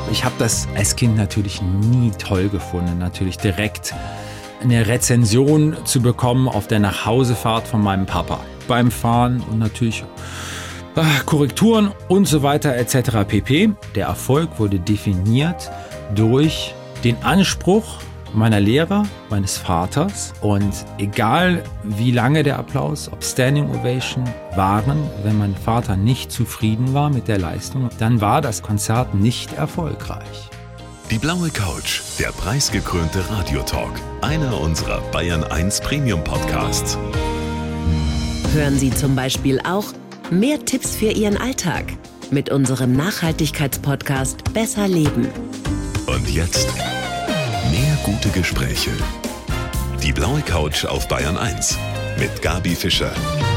Ich habe das als Kind natürlich nie toll gefunden, natürlich direkt eine Rezension zu bekommen auf der Nachhausefahrt von meinem Papa. Beim Fahren und natürlich Korrekturen und so weiter etc. pp. Der Erfolg wurde definiert durch den Anspruch meiner Lehrer, meines Vaters. Und egal wie lange der Applaus, ob Standing Ovation waren, wenn mein Vater nicht zufrieden war mit der Leistung, dann war das Konzert nicht erfolgreich. Die blaue Couch, der preisgekrönte Radiotalk, einer unserer Bayern 1 Premium Podcasts. Hören Sie zum Beispiel auch mehr Tipps für Ihren Alltag mit unserem Nachhaltigkeitspodcast Besser Leben. Und jetzt mehr gute Gespräche. Die blaue Couch auf Bayern 1 mit Gabi Fischer.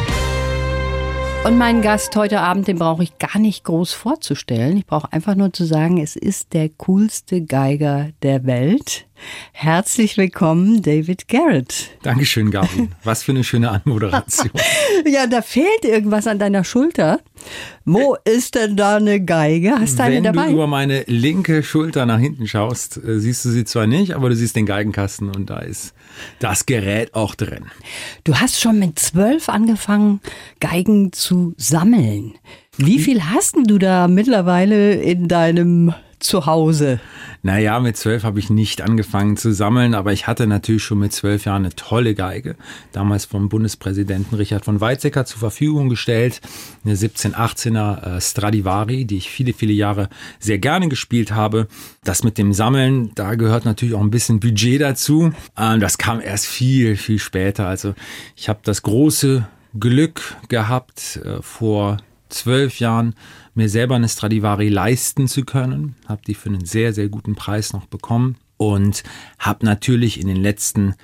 Und meinen Gast heute Abend, den brauche ich gar nicht groß vorzustellen. Ich brauche einfach nur zu sagen, es ist der coolste Geiger der Welt. Herzlich willkommen, David Garrett. Dankeschön, Gabi. Was für eine schöne Anmoderation. Ja, da fehlt irgendwas an deiner Schulter. Wo ist denn da eine Geige? Hast du eine dabei? Wenn du über meine linke Schulter nach hinten schaust, siehst du sie zwar nicht, aber du siehst den Geigenkasten und da ist das Gerät auch drin. Du hast schon mit 12 angefangen, Geigen zu sammeln. Wie viel hast denn du da mittlerweile in deinem Zuhause? Naja, mit 12 habe ich nicht angefangen zu sammeln, aber ich hatte natürlich schon mit 12 Jahren eine tolle Geige, damals vom Bundespräsidenten Richard von Weizsäcker zur Verfügung gestellt. Eine 1718er Stradivari, die ich viele, viele Jahre sehr gerne gespielt habe. Das mit dem Sammeln, da gehört natürlich auch ein bisschen Budget dazu. Das kam erst viel, viel später. Also ich habe das große Glück gehabt, vor 12 Jahren mir selber eine Stradivari leisten zu können. Habe die für einen sehr, sehr guten Preis noch bekommen und habe natürlich in den letzten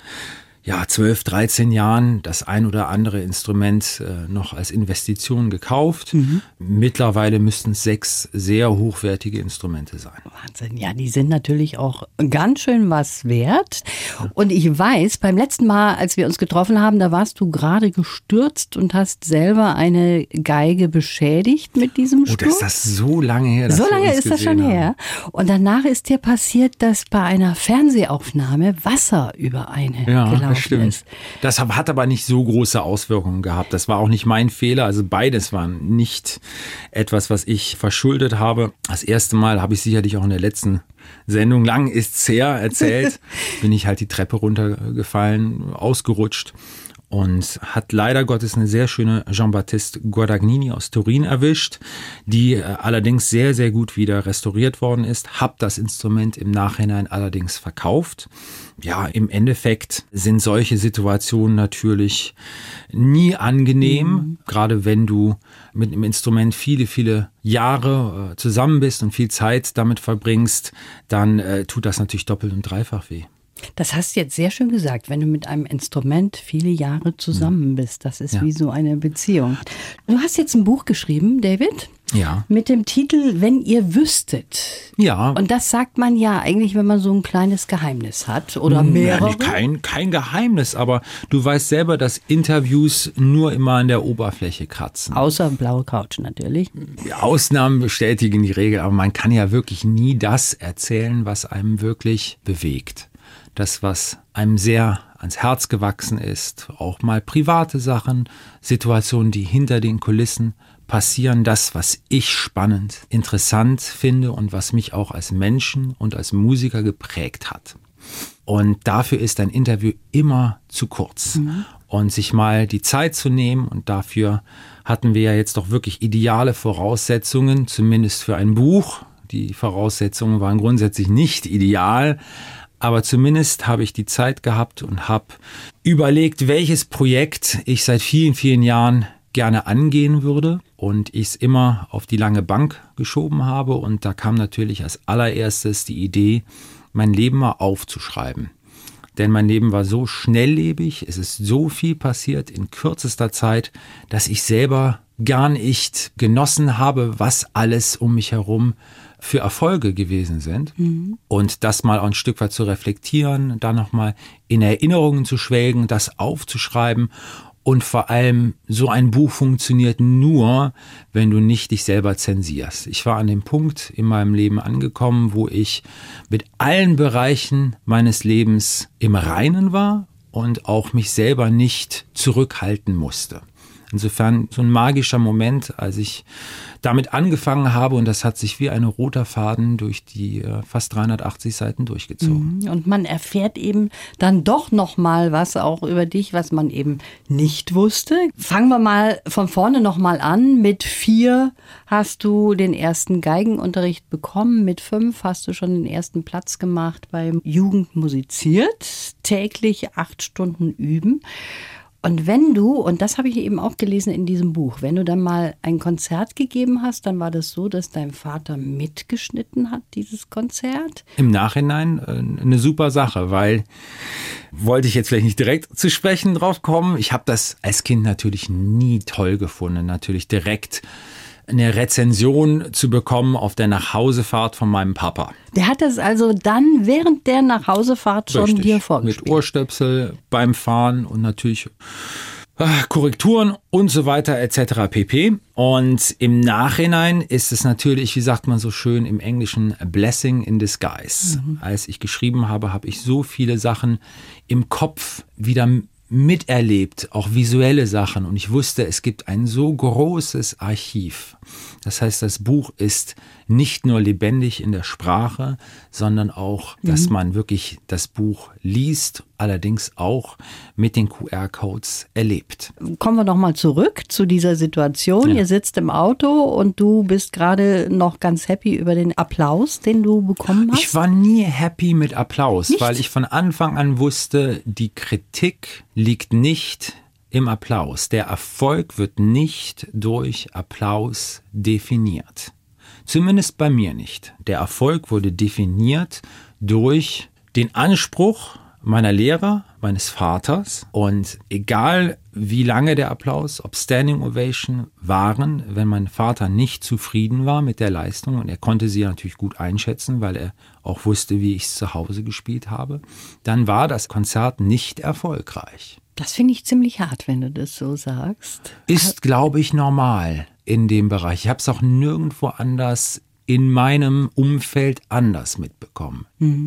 12, 13 Jahren das ein oder andere Instrument noch als Investition gekauft. Mittlerweile müssten es 6 sehr hochwertige Instrumente sein. Wahnsinn, ja, die sind natürlich auch ganz schön was wert. Und ich weiß, beim letzten Mal, als wir uns getroffen haben, da warst du gerade gestürzt und hast selber eine Geige beschädigt mit diesem Sturz. Ist das so lange her? So lange ist das schon her. Und danach ist dir passiert, dass bei einer Fernsehaufnahme Wasser über eine gelaufen stimmt. Das hat aber nicht so große Auswirkungen gehabt. Das war auch nicht mein Fehler. Also beides war nicht etwas, was ich verschuldet habe. Das erste Mal habe ich sicherlich auch in der letzten Sendung, lang ist's her, erzählt, bin ich halt die Treppe runtergefallen, ausgerutscht. Und hat leider Gottes eine sehr schöne Jean-Baptiste Guadagnini aus Turin erwischt, die allerdings sehr, sehr gut wieder restauriert worden ist. Hab das Instrument im Nachhinein allerdings verkauft. Ja, im Endeffekt sind solche Situationen natürlich nie angenehm, gerade wenn du mit einem Instrument viele, viele Jahre zusammen bist und viel Zeit damit verbringst, dann tut das natürlich doppelt und dreifach weh. Das hast du jetzt sehr schön gesagt, wenn du mit einem Instrument viele Jahre zusammen bist. Das ist wie so eine Beziehung. Du hast jetzt ein Buch geschrieben, David. Ja. Mit dem Titel Wenn ihr wüsstet. Ja. Und das sagt man ja eigentlich, wenn man so ein kleines Geheimnis hat oder mehrere. Ja, kein Geheimnis, aber du weißt selber, dass Interviews nur immer an der Oberfläche kratzen. Außer blaue Couch natürlich. Ausnahmen bestätigen die Regel, aber man kann ja wirklich nie das erzählen, was einem wirklich bewegt. Das, was einem sehr ans Herz gewachsen ist, auch mal private Sachen, Situationen, die hinter den Kulissen passieren, das, was ich spannend, interessant finde und was mich auch als Menschen und als Musiker geprägt hat. Und dafür ist ein Interview immer zu kurz. Und sich mal die Zeit zu nehmen, und dafür hatten wir ja jetzt doch wirklich ideale Voraussetzungen, zumindest für ein Buch. Die Voraussetzungen waren grundsätzlich nicht ideal, aber zumindest habe ich die Zeit gehabt und habe überlegt, welches Projekt ich seit vielen, vielen Jahren gerne angehen würde und ich es immer auf die lange Bank geschoben habe. Und da kam natürlich als allererstes die Idee, mein Leben mal aufzuschreiben. Denn mein Leben war so schnelllebig, es ist so viel passiert in kürzester Zeit, dass ich selber gar nicht genossen habe, was alles um mich herum für Erfolge gewesen sind. Und das mal auch ein Stück weit zu reflektieren, dann nochmal in Erinnerungen zu schwelgen, das aufzuschreiben Und vor allem, so ein Buch funktioniert nur, wenn du nicht dich selber zensierst. Ich war an dem Punkt in meinem Leben angekommen, wo ich mit allen Bereichen meines Lebens im Reinen war und auch mich selber nicht zurückhalten musste. Insofern so ein magischer Moment, als ich damit angefangen habe, und das hat sich wie ein roter Faden durch die fast 380 Seiten durchgezogen. Und man erfährt eben dann doch noch mal was auch über dich, was man eben nicht wusste. Fangen wir mal von vorne noch mal an. Mit 4 hast du den ersten Geigenunterricht bekommen. Mit 5 hast du schon den ersten Platz gemacht beim Jugendmusiziert. Täglich 8 Stunden üben. Und wenn du, und das habe ich eben auch gelesen in diesem Buch, wenn du dann mal ein Konzert gegeben hast, dann war das so, dass dein Vater mitgeschnitten hat, dieses Konzert? Im Nachhinein eine super Sache, weil, wollte ich jetzt vielleicht nicht direkt zu sprechen drauf kommen, ich habe das als Kind natürlich nie toll gefunden, natürlich direkt eine Rezension zu bekommen auf der Nachhausefahrt von meinem Papa. Der hat das also dann während der Nachhausefahrt schon Richtig, dir vorgespielt? mit Ohrstöpsel beim Fahren und natürlich Korrekturen und so weiter etc. pp. Und im Nachhinein ist es natürlich, wie sagt man so schön im Englischen, a blessing in disguise. Als ich geschrieben habe, habe ich so viele Sachen im Kopf wieder miterlebt, auch visuelle Sachen. Und ich wusste, es gibt ein so großes Archiv. Das heißt, das Buch ist nicht nur lebendig in der Sprache, sondern auch, dass man wirklich das Buch liest, allerdings auch mit den QR-Codes erlebt. Kommen wir noch mal zurück zu dieser Situation. Ja. Ihr sitzt im Auto und du bist gerade noch ganz happy über den Applaus, den du bekommen hast? Ich war nie happy mit Applaus, Nicht? weil ich von Anfang an wusste, die Kritik liegt nicht im Applaus. Der Erfolg wird nicht durch Applaus definiert. Zumindest bei mir nicht. Der Erfolg wurde definiert durch den Anspruch meiner Lehrer, meines Vaters. Und egal wie lange der Applaus, ob Standing Ovation waren, wenn mein Vater nicht zufrieden war mit der Leistung, und er konnte sie natürlich gut einschätzen, weil er auch wusste, wie ich es zu Hause gespielt habe, dann war das Konzert nicht erfolgreich. Das finde ich ziemlich hart, wenn du das so sagst. Ist, glaube ich, normal in dem Bereich. Ich habe es auch nirgendwo anders in meinem Umfeld anders mitbekommen.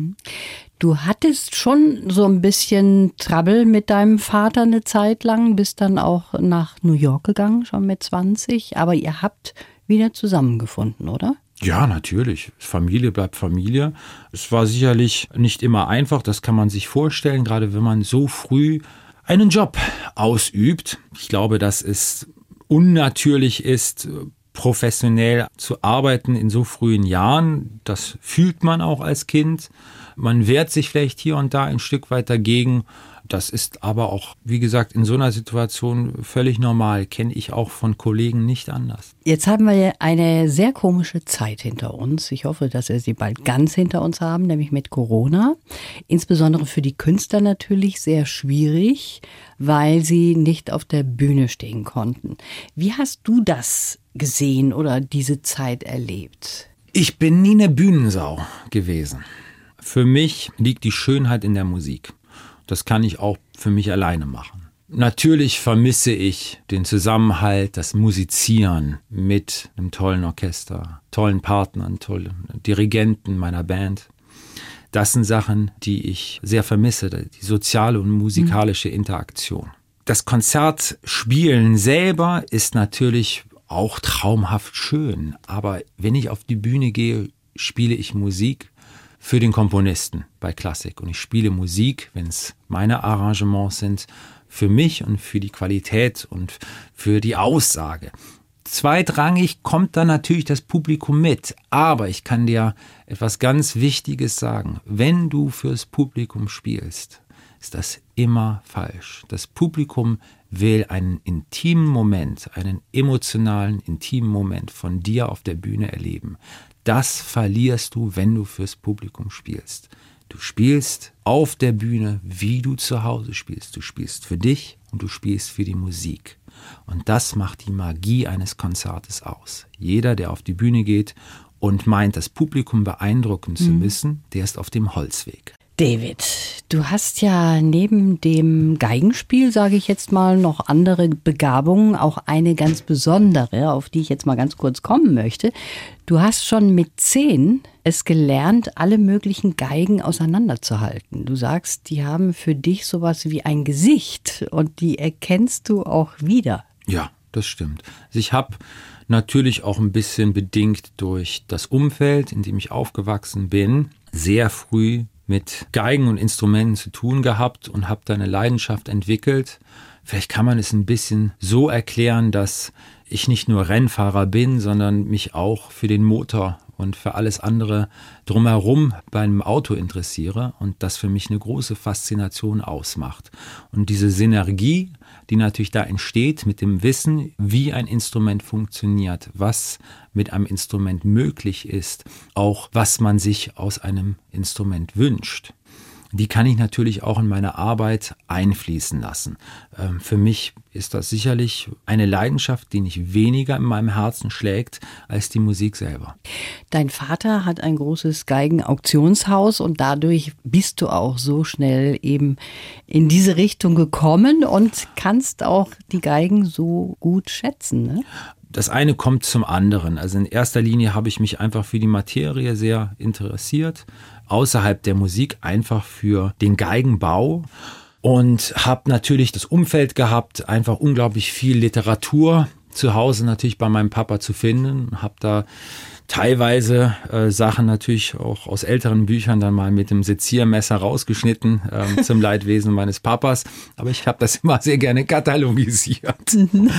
Du hattest schon so ein bisschen Trouble mit deinem Vater eine Zeit lang, bist dann auch nach New York gegangen, schon mit 20. Aber ihr habt wieder zusammengefunden, oder? Ja, natürlich. Familie bleibt Familie. Es war sicherlich nicht immer einfach, das kann man sich vorstellen, gerade wenn man so früh einen Job ausübt. Ich glaube, dass es unnatürlich ist, professionell zu arbeiten in so frühen Jahren. Das fühlt man auch als Kind. Man wehrt sich vielleicht hier und da ein Stück weit dagegen. Das ist aber auch, wie gesagt, in so einer Situation völlig normal. Kenne ich auch von Kollegen nicht anders. Jetzt haben wir eine sehr komische Zeit hinter uns. Ich hoffe, dass wir sie bald ganz hinter uns haben, nämlich mit Corona. Insbesondere für die Künstler natürlich sehr schwierig, weil sie nicht auf der Bühne stehen konnten. Wie hast du das gesehen oder diese Zeit erlebt? Ich bin nie eine Bühnensau gewesen. Für mich liegt die Schönheit in der Musik. Das kann ich auch für mich alleine machen. Natürlich vermisse ich den Zusammenhalt, das Musizieren mit einem tollen Orchester, tollen Partnern, tollen Dirigenten meiner Band. Das sind Sachen, die ich sehr vermisse, die soziale und musikalische Interaktion. Das Konzertspielen selber ist natürlich auch traumhaft schön, aber wenn ich auf die Bühne gehe, spiele ich Musik für den Komponisten bei Klassik. Und ich spiele Musik, wenn es meine Arrangements sind, für mich und für die Qualität und für die Aussage. Zweitrangig kommt dann natürlich das Publikum mit. Aber ich kann dir etwas ganz Wichtiges sagen. Wenn du fürs Publikum spielst, ist das immer falsch. Das Publikum will einen intimen Moment, einen emotionalen, intimen Moment von dir auf der Bühne erleben. Das verlierst du, wenn du fürs Publikum spielst. Du spielst auf der Bühne, wie du zu Hause spielst. Du spielst für dich und du spielst für die Musik. Und das macht die Magie eines Konzertes aus. Jeder, der auf die Bühne geht und meint, das Publikum beeindrucken zu müssen, der ist auf dem Holzweg. David, Du hast ja neben dem Geigenspiel, sage ich jetzt mal, noch andere Begabungen, auch eine ganz besondere, auf die ich jetzt mal ganz kurz kommen möchte. Du hast schon mit 10 es gelernt, alle möglichen Geigen auseinanderzuhalten. Du sagst, die haben für dich sowas wie ein Gesicht und die erkennst du auch wieder. Ja, das stimmt. Also ich habe natürlich auch ein bisschen bedingt durch das Umfeld, in dem ich aufgewachsen bin, sehr früh mit Geigen und Instrumenten zu tun gehabt und habe da eine Leidenschaft entwickelt. Vielleicht kann man es ein bisschen so erklären, dass ich nicht nur Rennfahrer bin, sondern mich auch für den Motor und für alles andere drumherum bei einem Auto interessiere und das für mich eine große Faszination ausmacht. Und diese Synergie, die natürlich da entsteht mit dem Wissen, wie ein Instrument funktioniert, was mit einem Instrument möglich ist, auch was man sich aus einem Instrument wünscht. Die kann ich natürlich auch in meine Arbeit einfließen lassen. Für mich ist das sicherlich eine Leidenschaft, die nicht weniger in meinem Herzen schlägt als die Musik selber. Dein Vater hat ein großes Geigenauktionshaus und dadurch bist du auch so schnell eben in diese Richtung gekommen und kannst auch die Geigen so gut schätzen, ne? Das eine kommt zum anderen. Also in erster Linie habe ich mich einfach für die Materie sehr interessiert, außerhalb der Musik einfach für den Geigenbau und habe natürlich das Umfeld gehabt, einfach unglaublich viel Literatur zu Hause natürlich bei meinem Papa zu finden. Habe da teilweise Sachen natürlich auch aus älteren Büchern dann mal mit dem Seziermesser rausgeschnitten zum Leidwesen meines Papas. Aber ich habe das immer sehr gerne katalogisiert.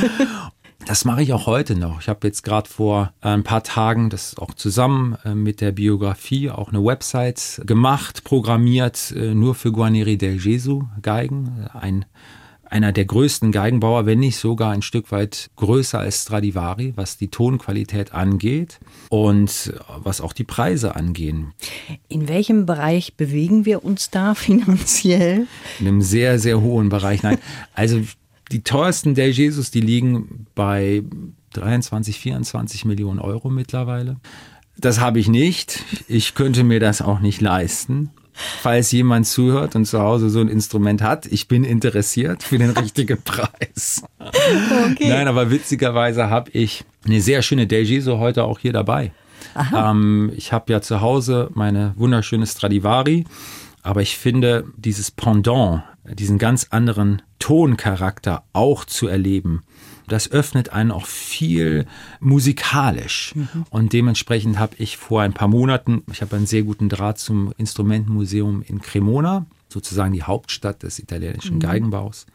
Das mache ich auch heute noch. Ich habe jetzt gerade vor ein paar Tagen das auch zusammen mit der Biografie auch eine Website gemacht, programmiert nur für Guarneri del Gesù Geigen. Einer der größten Geigenbauer, wenn nicht sogar ein Stück weit größer als Stradivari, was die Tonqualität angeht und was auch die Preise angehen. In welchem Bereich bewegen wir uns da finanziell? In einem sehr, sehr hohen Bereich. Nein, also die teuersten Del Gesùs, die liegen bei 23, 24 Millionen Euro mittlerweile. Das habe ich nicht. Ich könnte mir das auch nicht leisten. Falls jemand zuhört und zu Hause so ein Instrument hat, ich bin interessiert für den richtigen Preis. Okay. Nein, aber witzigerweise habe ich eine sehr schöne Del Gesù heute auch hier dabei. Ich habe ja zu Hause meine wunderschöne Stradivari, aber ich finde dieses Pendant, diesen ganz anderen Toncharakter auch zu erleben, das öffnet einen auch viel musikalisch. Und dementsprechend habe ich vor ein paar Monaten, ich habe einen sehr guten Draht zum Instrumentenmuseum in Cremona, sozusagen die Hauptstadt des italienischen Geigenbaus,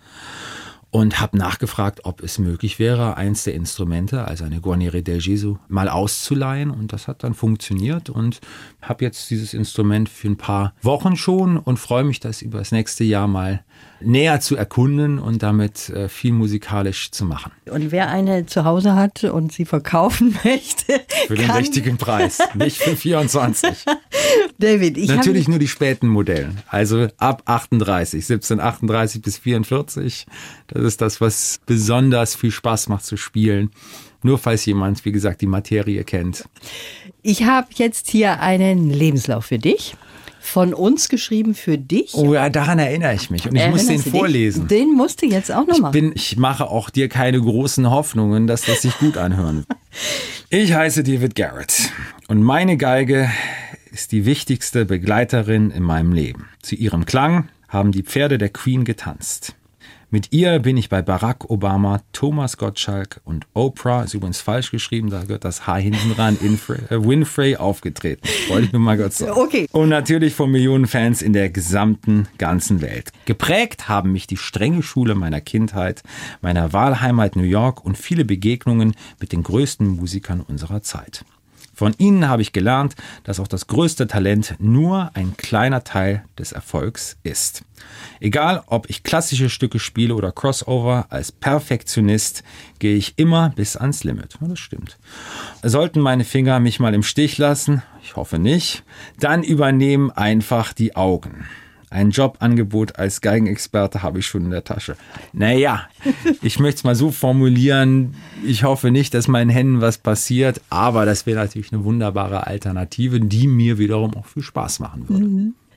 und habe nachgefragt, ob es möglich wäre, eins der Instrumente, also eine Guarneri del Gesù, mal auszuleihen. Und das hat dann funktioniert und habe jetzt dieses Instrument für ein paar Wochen schon und freue mich, das über das nächste Jahr mal näher zu erkunden und damit viel musikalisch zu machen. Und wer eine zu Hause hat und sie verkaufen möchte, für den richtigen Preis, nicht für 24. David, natürlich nur die späten Modelle, also ab 38, 1738 bis 44. Das ist das, was besonders viel Spaß macht zu spielen. Nur falls jemand, wie gesagt, die Materie kennt. Ich habe jetzt hier einen Lebenslauf für dich. Von uns geschrieben für dich. Oh ja, daran erinnere ich mich. Und ich muss den vorlesen. Den musst du jetzt auch noch machen. Ich mache auch dir keine großen Hoffnungen, dass das sich gut anhören. Ich heiße David Garrett und meine Geige ist die wichtigste Begleiterin in meinem Leben. Zu ihrem Klang haben die Pferde der Queen getanzt. Mit ihr bin ich bei Barack Obama, Thomas Gottschalk und Oprah, ist übrigens falsch geschrieben, da gehört das H hinten dran, Winfrey aufgetreten. Wollte ich nur mal kurz sagen. Okay. Und natürlich von Millionen Fans in der ganzen Welt. Geprägt haben mich die strenge Schule meiner Kindheit, meiner Wahlheimat New York und viele Begegnungen mit den größten Musikern unserer Zeit. Von ihnen habe ich gelernt, dass auch das größte Talent nur ein kleiner Teil des Erfolgs ist. Egal, ob ich klassische Stücke spiele oder Crossover, als Perfektionist gehe ich immer bis ans Limit. Ja, das stimmt. Sollten meine Finger mich mal im Stich lassen, ich hoffe nicht, dann übernehmen einfach die Augen. Ein Jobangebot als Geigenexperte habe ich schon in der Tasche. Naja, ich möchte es mal so formulieren, ich hoffe nicht, dass meinen Händen was passiert, aber das wäre natürlich eine wunderbare Alternative, die mir wiederum auch viel Spaß machen würde.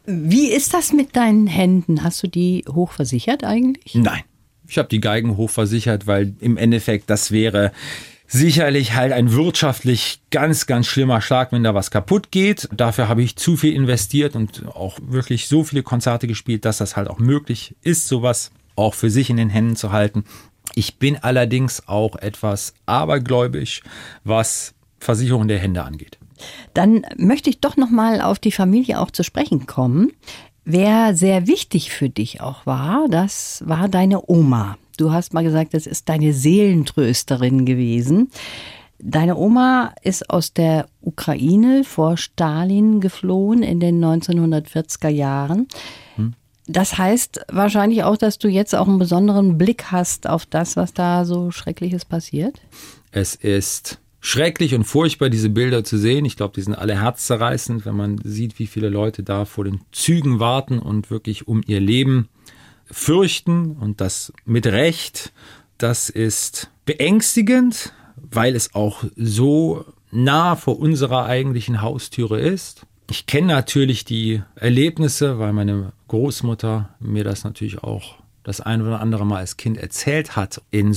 Wie ist das mit deinen Händen? Hast du die hochversichert eigentlich? Nein, ich habe die Geigen hochversichert, weil im Endeffekt das wäre sicherlich halt ein wirtschaftlich ganz, ganz schlimmer Schlag, wenn da was kaputt geht. Dafür habe ich zu viel investiert und auch wirklich so viele Konzerte gespielt, dass das halt auch möglich ist, sowas auch für sich in den Händen zu halten. Ich bin allerdings auch etwas abergläubisch, was Versicherung der Hände angeht. Dann möchte ich doch noch mal auf die Familie auch zu sprechen kommen. Wer sehr wichtig für dich auch war, das war deine Oma. Du hast mal gesagt, das ist deine Seelentrösterin gewesen. Deine Oma ist aus der Ukraine vor Stalin geflohen in den 1940er Jahren. Das heißt wahrscheinlich auch, dass du jetzt auch einen besonderen Blick hast auf das, was da so Schreckliches passiert? Es ist schrecklich und furchtbar, diese Bilder zu sehen. Ich glaube, die sind alle herzzerreißend, wenn man sieht, wie viele Leute da vor den Zügen warten und wirklich um ihr Leben fürchten und das mit Recht. Das ist beängstigend, weil es auch so nah vor unserer eigentlichen Haustüre ist. Ich kenne natürlich die Erlebnisse, weil meine Großmutter mir das natürlich auch das ein oder andere Mal als Kind erzählt hat.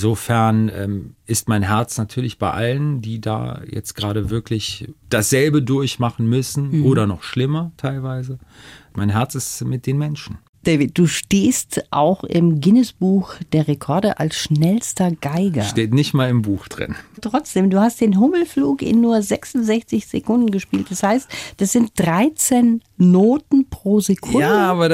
Insofern ist mein Herz natürlich bei allen, die da jetzt gerade wirklich dasselbe durchmachen müssen oder noch schlimmer teilweise. Mein Herz ist mit den Menschen. David, du stehst auch im Guinness-Buch der Rekorde als schnellster Geiger. Steht nicht mal im Buch drin. Trotzdem, du hast den Hummelflug in nur 66 Sekunden gespielt. Das heißt, das sind 13 Noten pro Sekunde. Ja, aber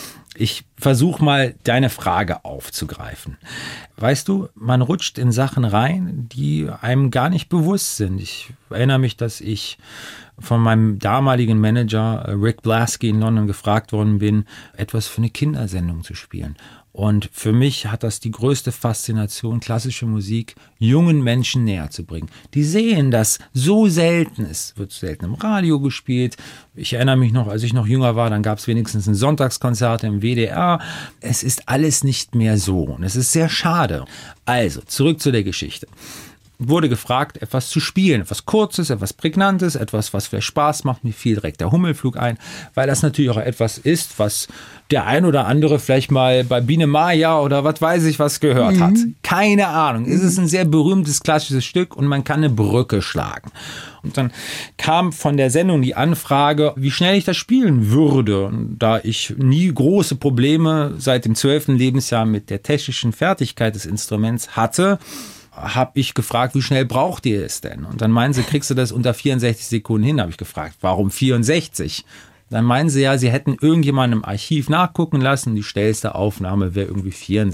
ich versuche mal, deine Frage aufzugreifen. Weißt du, man rutscht in Sachen rein, die einem gar nicht bewusst sind. Ich erinnere mich, dass ich von meinem damaligen Manager Rick Blasky in London gefragt worden bin, etwas für eine Kindersendung zu spielen. Und für mich hat das die größte Faszination, klassische Musik jungen Menschen näher zu bringen. Die sehen das so selten. Es wird selten im Radio gespielt. Ich erinnere mich noch, als ich noch jünger war, dann gab es wenigstens ein Sonntagskonzert im WDR. Es ist alles nicht mehr so und es ist sehr schade. Also, zurück zu der Geschichte. Wurde gefragt, etwas zu spielen, etwas Kurzes, etwas Prägnantes, etwas, was vielleicht Spaß macht. Mir fiel direkt der Hummelflug ein, weil das natürlich auch etwas ist, was der ein oder andere vielleicht mal bei Biene Maya oder was weiß ich was gehört hat. Keine Ahnung. Es ist ein sehr berühmtes klassisches Stück und man kann eine Brücke schlagen. Und dann kam von der Sendung die Anfrage, wie schnell ich das spielen würde. Und da ich nie große Probleme seit dem 12. Lebensjahr mit der technischen Fertigkeit des Instruments hatte, habe ich gefragt, wie schnell braucht ihr es denn? Und dann meinen sie, kriegst du das unter 64 Sekunden hin? Habe ich gefragt, warum 64? Dann meinen sie ja, sie hätten irgendjemanden im Archiv nachgucken lassen. Die schnellste Aufnahme wäre irgendwie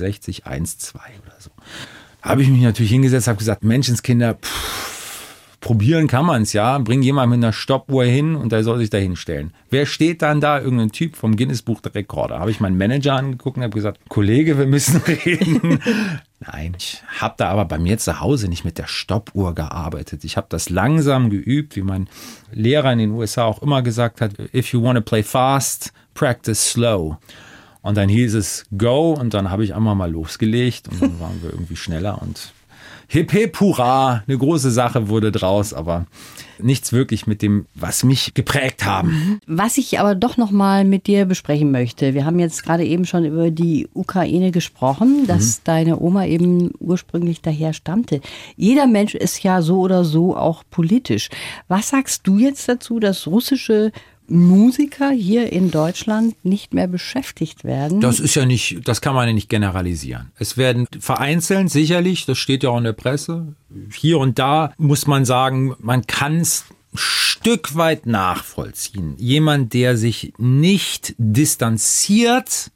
64,12 oder so. Habe ich mich natürlich hingesetzt, habe gesagt, Menschenskinder, probieren kann man es ja. Bring jemand mit einer Stoppuhr hin und der soll sich da hinstellen. Wer steht dann da? Irgendein Typ vom Guinness-Buch der Rekorde. Habe ich meinen Manager angeguckt und habe gesagt, Kollege, wir müssen reden. Nein, ich habe da aber bei mir zu Hause nicht mit der Stoppuhr gearbeitet. Ich habe das langsam geübt, wie mein Lehrer in den USA auch immer gesagt hat, if you want to play fast, practice slow. Und dann hieß es go und dann habe ich einmal mal losgelegt und dann waren wir irgendwie schneller und hip hip hurra, eine große Sache wurde draus, aber nichts wirklich mit dem, was mich geprägt haben. Was ich aber doch noch mal mit dir besprechen möchte, wir haben jetzt gerade eben schon über die Ukraine gesprochen, dass deine Oma eben ursprünglich daher stammte. Jeder Mensch ist ja so oder so auch politisch. Was sagst du jetzt dazu, dass russische Musiker hier in Deutschland nicht mehr beschäftigt werden? Das ist ja nicht, das kann man ja nicht generalisieren. Es werden vereinzelt sicherlich, das steht ja auch in der Presse, hier und da muss man sagen, man kann es ein Stück weit nachvollziehen. Jemand, der sich nicht distanziert,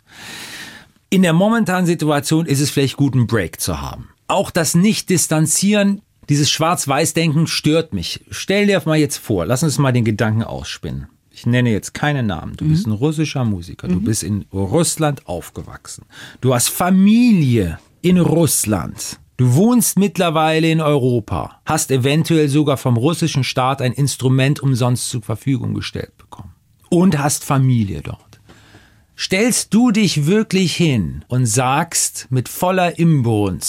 in der momentanen Situation ist es vielleicht gut, einen Break zu haben. Auch das Nicht-Distanzieren, dieses Schwarz-Weiß-Denken stört mich. Stell dir mal jetzt vor, lass uns mal den Gedanken ausspinnen. Ich nenne jetzt keine Namen. Du bist ein russischer Musiker. Du bist in Russland aufgewachsen. Du hast Familie in Russland. Du wohnst mittlerweile in Europa. Hast eventuell sogar vom russischen Staat ein Instrument umsonst zur Verfügung gestellt bekommen. Und hast Familie dort. Stellst du dich wirklich hin und sagst mit voller Inbrunst,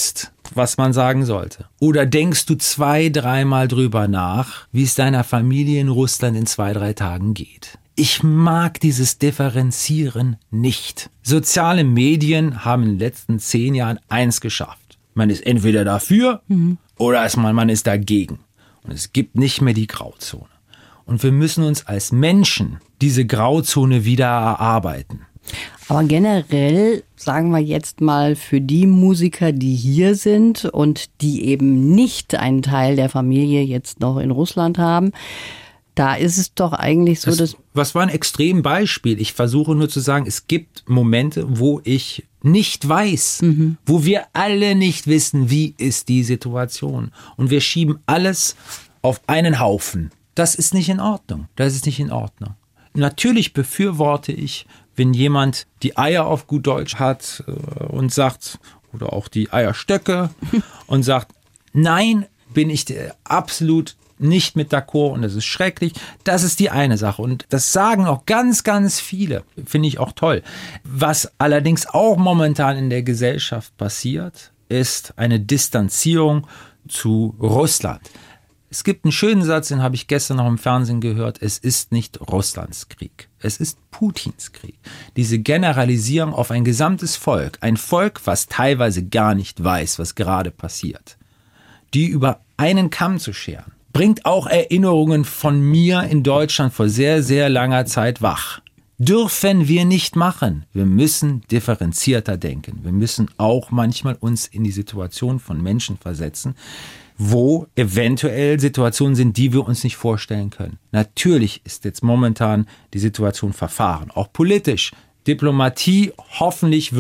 was man sagen sollte? Oder denkst du 2-3 Mal drüber nach, wie es deiner Familie in Russland in 2-3 Tagen geht? Ich mag dieses Differenzieren nicht. Soziale Medien haben in den letzten 10 Jahren eins geschafft. Man ist entweder dafür oder man ist dagegen. Und es gibt nicht mehr die Grauzone. Und wir müssen uns als Menschen diese Grauzone wieder erarbeiten. Aber generell, sagen wir jetzt mal, für die Musiker, die hier sind und die eben nicht einen Teil der Familie jetzt noch in Russland haben, da ist es doch eigentlich so, dass... Was war ein Extrembeispiel? Ich versuche nur zu sagen, es gibt Momente, wo ich nicht weiß, wo wir alle nicht wissen, wie ist die Situation. Und wir schieben alles auf einen Haufen. Das ist nicht in Ordnung. Das ist nicht in Ordnung. Natürlich befürworte ich, wenn jemand die Eier auf gut Deutsch hat und sagt, oder auch die Eierstöcke und sagt, nein, bin ich absolut nicht mit d'accord und das ist schrecklich. Das ist die eine Sache und das sagen auch ganz, ganz viele. Finde ich auch toll. Was allerdings auch momentan in der Gesellschaft passiert, ist eine Distanzierung zu Russland. Es gibt einen schönen Satz, den habe ich gestern noch im Fernsehen gehört. Es ist nicht Russlands Krieg. Es ist Putins Krieg. Diese Generalisierung auf ein gesamtes Volk. Ein Volk, was teilweise gar nicht weiß, was gerade passiert. Die über einen Kamm zu scheren, bringt auch Erinnerungen von mir in Deutschland vor sehr, sehr langer Zeit wach. Dürfen wir nicht machen. Wir müssen differenzierter denken. Wir müssen auch manchmal uns in die Situation von Menschen versetzen, wo eventuell Situationen sind, die wir uns nicht vorstellen können. Natürlich ist jetzt momentan die Situation verfahren, auch politisch. Diplomatie hoffentlich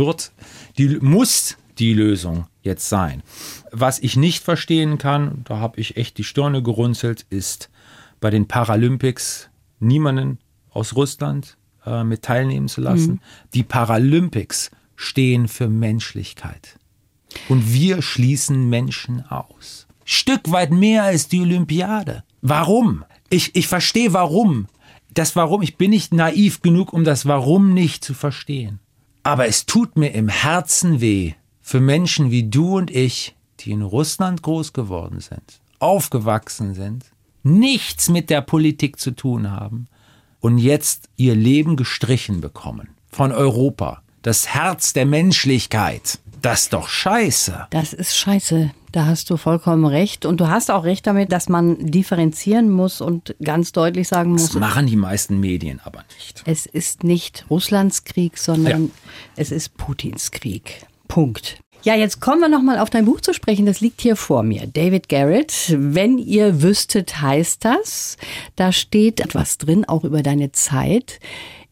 muss die Lösung jetzt sein. Was ich nicht verstehen kann, da habe ich echt die Stirne gerunzelt, ist bei den Paralympics niemanden aus Russland mit teilnehmen zu lassen. Die Paralympics stehen für Menschlichkeit. Und wir schließen Menschen aus. Stück weit mehr als die Olympiade. Warum? Ich verstehe warum. Das Warum, ich bin nicht naiv genug, um das Warum nicht zu verstehen. Aber es tut mir im Herzen weh für Menschen wie du und ich, die in Russland groß geworden sind, aufgewachsen sind, nichts mit der Politik zu tun haben und jetzt ihr Leben gestrichen bekommen von Europa. Das Herz der Menschlichkeit. Das ist doch scheiße. Das ist scheiße. Da hast du vollkommen recht. Und du hast auch recht damit, dass man differenzieren muss und ganz deutlich sagen muss. Das machen die meisten Medien aber nicht. Es ist nicht Russlands Krieg, sondern es ist Putins Krieg. Punkt. Ja, jetzt kommen wir nochmal auf dein Buch zu sprechen. Das liegt hier vor mir. David Garrett, wenn ihr wüsstet, heißt das. Da steht etwas drin, auch über deine Zeit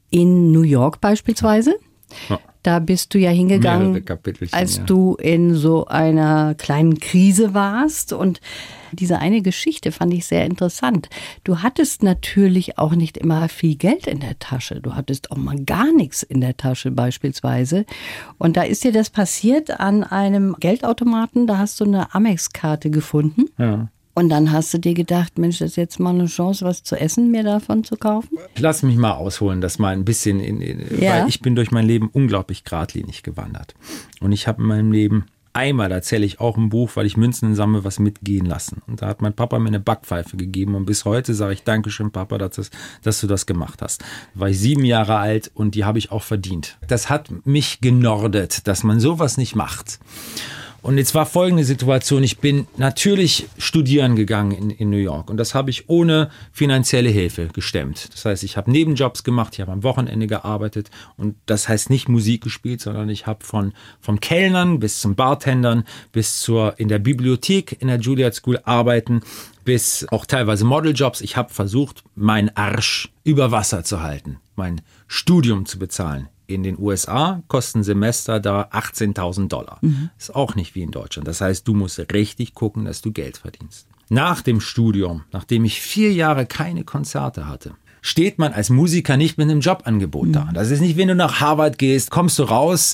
in New York beispielsweise. Ja. Da bist du ja hingegangen, als du in so einer kleinen Krise warst. Und diese eine Geschichte fand ich sehr interessant. Du hattest natürlich auch nicht immer viel Geld in der Tasche. Du hattest auch mal gar nichts in der Tasche beispielsweise. Und da ist dir das passiert an einem Geldautomaten. Da hast du eine Amex-Karte gefunden. Ja. Und dann hast du dir gedacht, Mensch, das ist jetzt mal eine Chance, was zu essen, mir davon zu kaufen? Lass mich mal ausholen, das mal ein bisschen, weil ich bin durch mein Leben unglaublich geradlinig gewandert. Und ich habe in meinem Leben einmal, da erzähle ich auch im Buch, weil ich Münzen sammle, was mitgehen lassen. Und da hat mein Papa mir eine Backpfeife gegeben. Und bis heute sage ich Dankeschön, Papa, dass du das gemacht hast. Da war ich 7 Jahre alt und die habe ich auch verdient. Das hat mich genordet, dass man sowas nicht macht. Und jetzt war folgende Situation, ich bin natürlich studieren gegangen in New York und das habe ich ohne finanzielle Hilfe gestemmt. Das heißt, ich habe Nebenjobs gemacht, ich habe am Wochenende gearbeitet und das heißt nicht Musik gespielt, sondern ich habe vom Kellnern bis zum Bartendern bis in der Bibliothek in der Juilliard School arbeiten, bis auch teilweise Modeljobs. Ich habe versucht, meinen Arsch über Wasser zu halten, mein Studium zu bezahlen. In den USA kosten Semester da $18.000. Ist auch nicht wie in Deutschland. Das heißt, du musst richtig gucken, dass du Geld verdienst. Nach dem Studium, nachdem ich 4 Jahre keine Konzerte hatte, steht man als Musiker nicht mit einem Jobangebot da. Das ist nicht, wenn du nach Harvard gehst, kommst du raus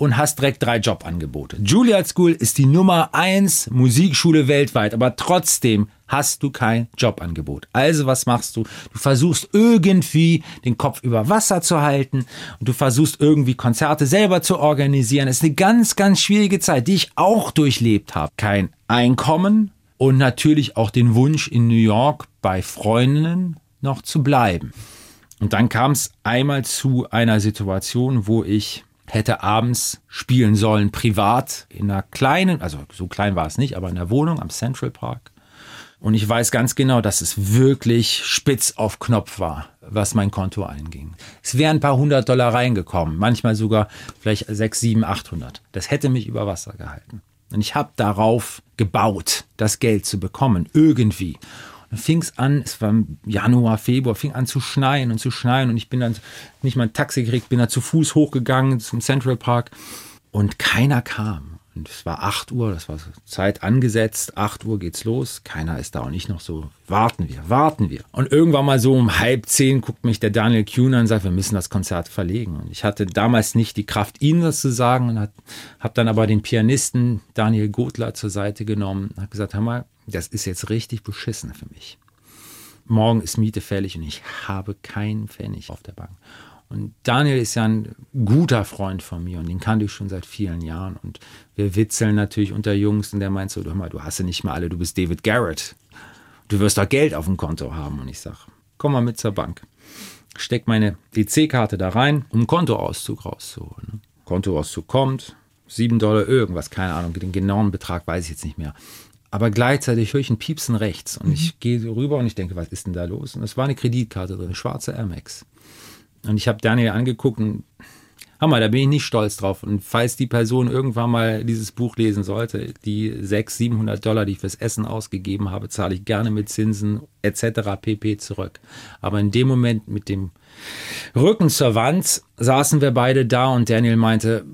und hast direkt 3 Jobangebote. Juilliard School ist die Nummer 1 Musikschule weltweit, aber trotzdem hast du kein Jobangebot. Also was machst du? Du versuchst irgendwie den Kopf über Wasser zu halten und du versuchst irgendwie Konzerte selber zu organisieren. Es ist eine ganz, ganz schwierige Zeit, die ich auch durchlebt habe. Kein Einkommen und natürlich auch den Wunsch, in New York bei Freundinnen noch zu bleiben. Und dann kam es einmal zu einer Situation, wo ich hätte abends spielen sollen, privat, in einer kleinen, also so klein war es nicht, aber in der Wohnung am Central Park. Und ich weiß ganz genau, dass es wirklich spitz auf Knopf war, was mein Konto einging. Es wären ein paar $100 reingekommen, manchmal sogar vielleicht 600, 700, 800. Das hätte mich über Wasser gehalten. Und ich habe darauf gebaut, das Geld zu bekommen, irgendwie. Dann fing es an, es war im Januar, Februar, fing an zu schneien und ich bin dann nicht mal ein Taxi gekriegt, bin da zu Fuß hochgegangen zum Central Park und keiner kam. Und es war 8 Uhr, das war so Zeit angesetzt, 8 Uhr geht's los, keiner ist da und ich noch so, warten wir. Und irgendwann mal so um 9:30 guckt mich der Daniel Kuhn an und sagt, wir müssen das Konzert verlegen. Und ich hatte damals nicht die Kraft, ihm das zu sagen und habe dann aber den Pianisten Daniel Gotler zur Seite genommen und habe gesagt, hör mal, das ist jetzt richtig beschissen für mich. Morgen ist Miete fällig und ich habe keinen Pfennig auf der Bank. Und Daniel ist ja ein guter Freund von mir und den kannte ich schon seit vielen Jahren. Und wir witzeln natürlich unter Jungs und der meint so, hör mal, du hast ja nicht mehr alle, du bist David Garrett. Du wirst doch Geld auf dem Konto haben. Und ich sage, komm mal mit zur Bank. Steck meine EC-Karte da rein, um einen Kontoauszug rauszuholen. Kontoauszug kommt, $7 irgendwas, keine Ahnung, den genauen Betrag weiß ich jetzt nicht mehr. Aber gleichzeitig höre ich ein Piepsen rechts und ich gehe so rüber und ich denke, was ist denn da los? Und es war eine Kreditkarte drin, eine schwarze Amex. Und ich habe Daniel angeguckt und Hammer, da bin ich nicht stolz drauf. Und falls die Person irgendwann mal dieses Buch lesen sollte, die $600, $700, die ich fürs Essen ausgegeben habe, zahle ich gerne mit Zinsen etc. pp. Zurück. Aber in dem Moment mit dem Rücken zur Wand saßen wir beide da und Daniel meinte,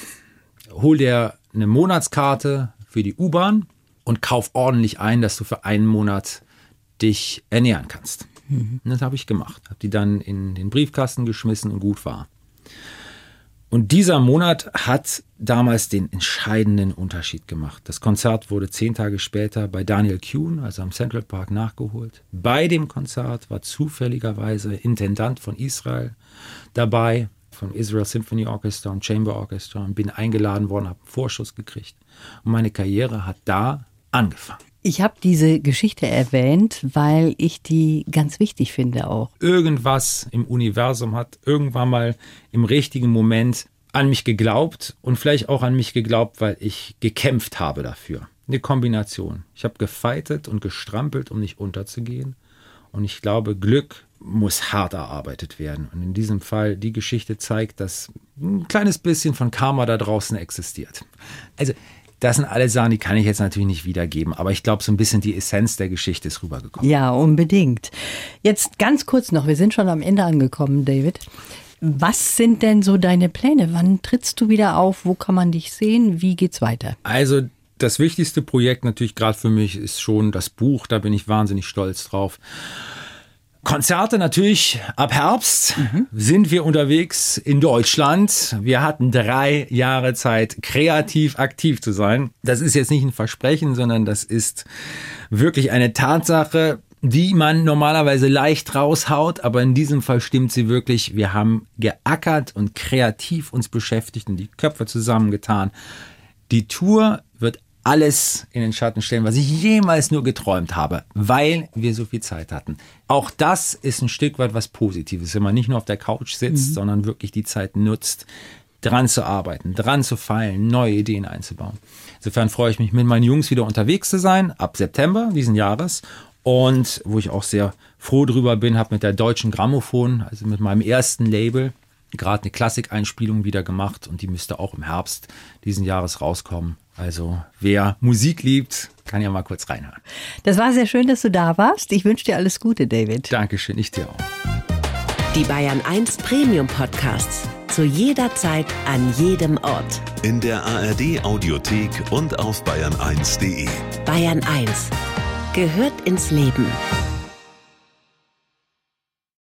hol dir eine Monatskarte für die U-Bahn und kauf ordentlich ein, dass du für einen Monat dich ernähren kannst. Und das habe ich gemacht. Habe die dann in den Briefkasten geschmissen und gut war. Und dieser Monat hat damals den entscheidenden Unterschied gemacht. Das Konzert wurde 10 Tage später bei Daniel Kuhn, also am Central Park, nachgeholt. Bei dem Konzert war zufälligerweise Intendant von Israel dabei, vom Israel Symphony Orchestra und Chamber Orchestra, und bin eingeladen worden, habe einen Vorschuss gekriegt. Und meine Karriere hat da angefangen. Ich habe diese Geschichte erwähnt, weil ich die ganz wichtig finde auch. Irgendwas im Universum hat irgendwann mal im richtigen Moment an mich geglaubt und vielleicht auch an mich geglaubt, weil ich gekämpft habe dafür. Eine Kombination. Ich habe gefeitet und gestrampelt, um nicht unterzugehen. Und ich glaube, Glück muss hart erarbeitet werden. Und in diesem Fall, die Geschichte zeigt, dass ein kleines bisschen von Karma da draußen existiert. Also, das sind alle Sachen, die kann ich jetzt natürlich nicht wiedergeben. Aber ich glaube, so ein bisschen die Essenz der Geschichte ist rübergekommen. Ja, unbedingt. Jetzt ganz kurz noch, wir sind schon am Ende angekommen, David. Was sind denn so deine Pläne? Wann trittst du wieder auf? Wo kann man dich sehen? Wie geht's weiter? Also das wichtigste Projekt natürlich gerade für mich ist schon das Buch. Da bin ich wahnsinnig stolz drauf. Konzerte natürlich ab Herbst sind wir unterwegs in Deutschland. Wir hatten 3 Jahre Zeit, kreativ aktiv zu sein. Das ist jetzt nicht ein Versprechen, sondern das ist wirklich eine Tatsache, die man normalerweise leicht raushaut. Aber in diesem Fall stimmt sie wirklich. Wir haben geackert und kreativ uns beschäftigt und die Köpfe zusammengetan. Die Tour wird alles in den Schatten stellen, was ich jemals nur geträumt habe, weil wir so viel Zeit hatten. Auch das ist ein Stück weit was Positives, wenn man nicht nur auf der Couch sitzt, sondern wirklich die Zeit nutzt, dran zu arbeiten, dran zu feilen, neue Ideen einzubauen. Insofern freue ich mich, mit meinen Jungs wieder unterwegs zu sein, ab September diesen Jahres. Und wo ich auch sehr froh drüber bin, habe mit der Deutschen Grammophon, also mit meinem ersten Label, gerade eine Klassikeinspielung wieder gemacht und die müsste auch im Herbst diesen Jahres rauskommen. Also wer Musik liebt, kann ja mal kurz reinhören. Das war sehr schön, dass du da warst. Ich wünsche dir alles Gute, David. Dankeschön, ich dir auch. Die Bayern 1 Premium Podcasts. Zu jeder Zeit, an jedem Ort. In der ARD Audiothek und auf bayern1.de. Bayern 1 gehört ins Leben.